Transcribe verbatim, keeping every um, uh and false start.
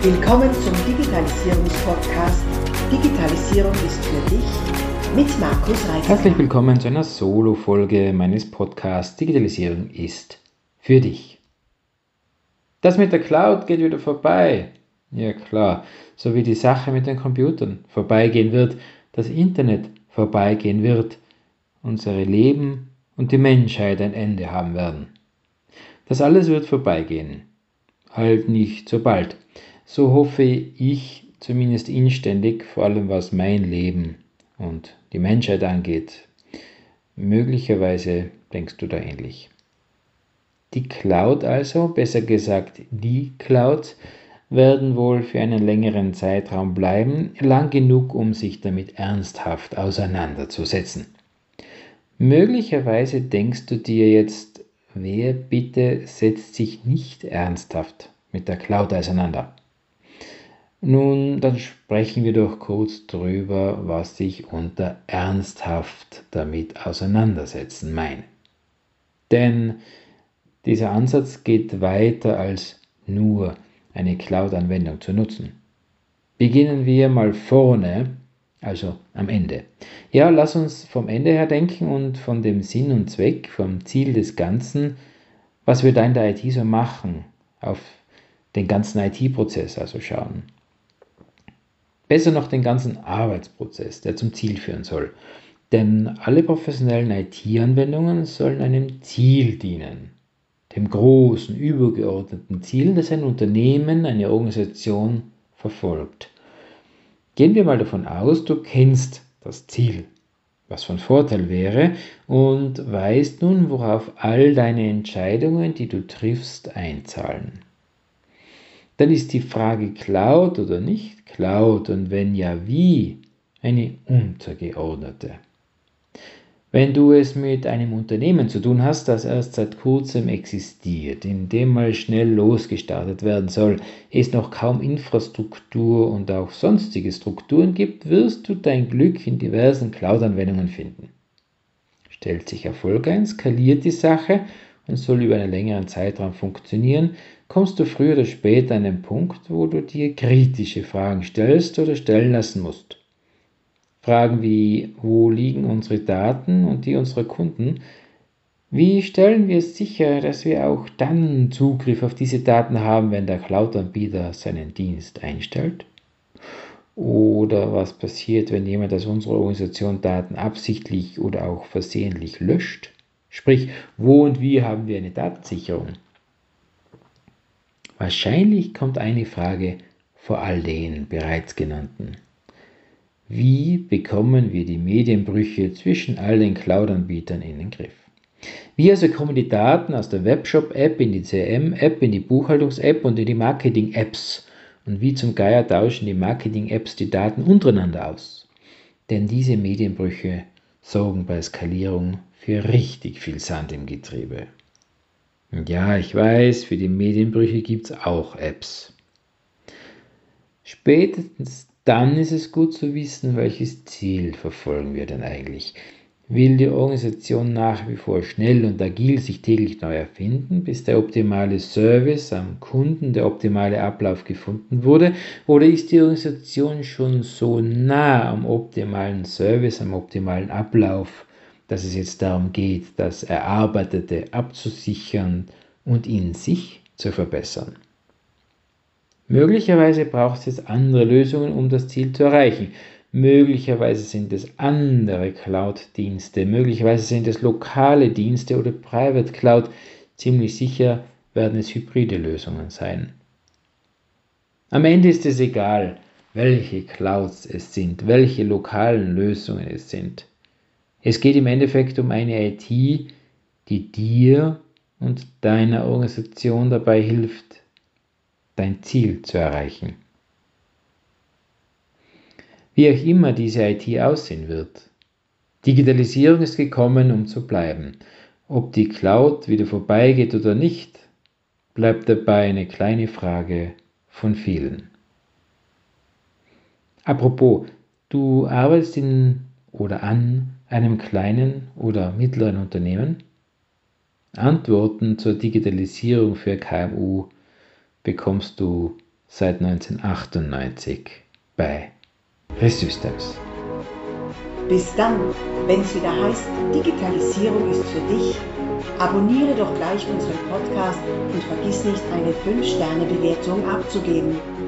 Willkommen zum Digitalisierungspodcast Digitalisierung ist für dich mit Markus Reitzmann. Herzlich willkommen zu einer Solo-Folge meines Podcasts Digitalisierung ist für dich. Das mit der Cloud geht wieder vorbei. Ja klar, so wie die Sache mit den Computern vorbeigehen wird, das Internet vorbeigehen wird, unsere Leben und die Menschheit ein Ende haben werden. Das alles wird vorbeigehen. Halt nicht so bald. So hoffe ich zumindest inständig, vor allem was mein Leben und die Menschheit angeht. Möglicherweise denkst du da ähnlich. Die Cloud also, besser gesagt die Clouds, werden wohl für einen längeren Zeitraum bleiben, lang genug, um sich damit ernsthaft auseinanderzusetzen. Möglicherweise denkst du dir jetzt, wer bitte setzt sich nicht ernsthaft mit der Cloud auseinander? Nun, dann sprechen wir doch kurz drüber, was ich unter ernsthaft damit auseinandersetzen meine. Denn dieser Ansatz geht weiter als nur eine Cloud-Anwendung zu nutzen. Beginnen wir mal vorne, also am Ende. Ja, lass uns vom Ende her denken und von dem Sinn und Zweck, vom Ziel des Ganzen, was wir da in der I T so machen, auf den ganzen I T-Prozess also schauen. Besser noch den ganzen Arbeitsprozess, der zum Ziel führen soll. Denn alle professionellen I T-Anwendungen sollen einem Ziel dienen. Dem großen, übergeordneten Ziel, das ein Unternehmen, eine Organisation verfolgt. Gehen wir mal davon aus, du kennst das Ziel, was von Vorteil wäre, und weißt nun, worauf all deine Entscheidungen, die du triffst, einzahlen. Dann ist die Frage Cloud oder nicht Cloud und wenn ja, wie, eine untergeordnete. Wenn du es mit einem Unternehmen zu tun hast, das erst seit kurzem existiert, in dem mal schnell losgestartet werden soll, es noch kaum Infrastruktur und auch sonstige Strukturen gibt, wirst du dein Glück in diversen Cloud-Anwendungen finden. Stellt sich Erfolg ein, skaliert die Sache und soll über einen längeren Zeitraum funktionieren, kommst du früher oder später an den Punkt, wo du dir kritische Fragen stellst oder stellen lassen musst. Fragen wie, wo liegen unsere Daten und die unserer Kunden? Wie stellen wir sicher, dass wir auch dann Zugriff auf diese Daten haben, wenn der Cloud-Anbieter seinen Dienst einstellt? Oder was passiert, wenn jemand aus unserer Organisation Daten absichtlich oder auch versehentlich löscht? Sprich, wo und wie haben wir eine Datensicherung? Wahrscheinlich kommt eine Frage vor all den bereits genannten. Wie bekommen wir die Medienbrüche zwischen all den Cloud-Anbietern in den Griff? Wie also kommen die Daten aus der Webshop-App in die C R M-App, in die Buchhaltungs-App und in die Marketing-Apps? Und wie zum Geier tauschen die Marketing-Apps die Daten untereinander aus? Denn diese Medienbrüche sorgen bei Skalierung für richtig viel Sand im Getriebe. Und ja, ich weiß, für die Medienbrüche gibt es auch Apps. Spätestens dann ist es gut zu wissen, welches Ziel verfolgen wir denn eigentlich. Will die Organisation nach wie vor schnell und agil sich täglich neu erfinden, bis der optimale Service am Kunden, der optimale Ablauf gefunden wurde? Oder ist die Organisation schon so nah am optimalen Service, am optimalen Ablauf, dass es jetzt darum geht, das Erarbeitete abzusichern und in sich zu verbessern? Möglicherweise braucht es jetzt andere Lösungen, um das Ziel zu erreichen. Möglicherweise sind es andere Cloud-Dienste, möglicherweise sind es lokale Dienste oder Private Cloud. Ziemlich sicher werden es hybride Lösungen sein. Am Ende ist es egal, welche Clouds es sind, welche lokalen Lösungen es sind. Es geht im Endeffekt um eine I T, die dir und deiner Organisation dabei hilft, dein Ziel zu erreichen. Wie auch immer diese I T aussehen wird. Digitalisierung ist gekommen, um zu bleiben. Ob die Cloud wieder vorbeigeht oder nicht, bleibt dabei eine kleine Frage von vielen. Apropos, du arbeitest in oder an einem kleinen oder mittleren Unternehmen? Antworten zur Digitalisierung für K M U bekommst du seit neunzehnhundertachtundneunzig bei Resystems. Bis dann, wenn es wieder heißt, Digitalisierung ist für dich, abonniere doch gleich unseren Podcast und vergiss nicht, eine fünf Sterne Bewertung abzugeben.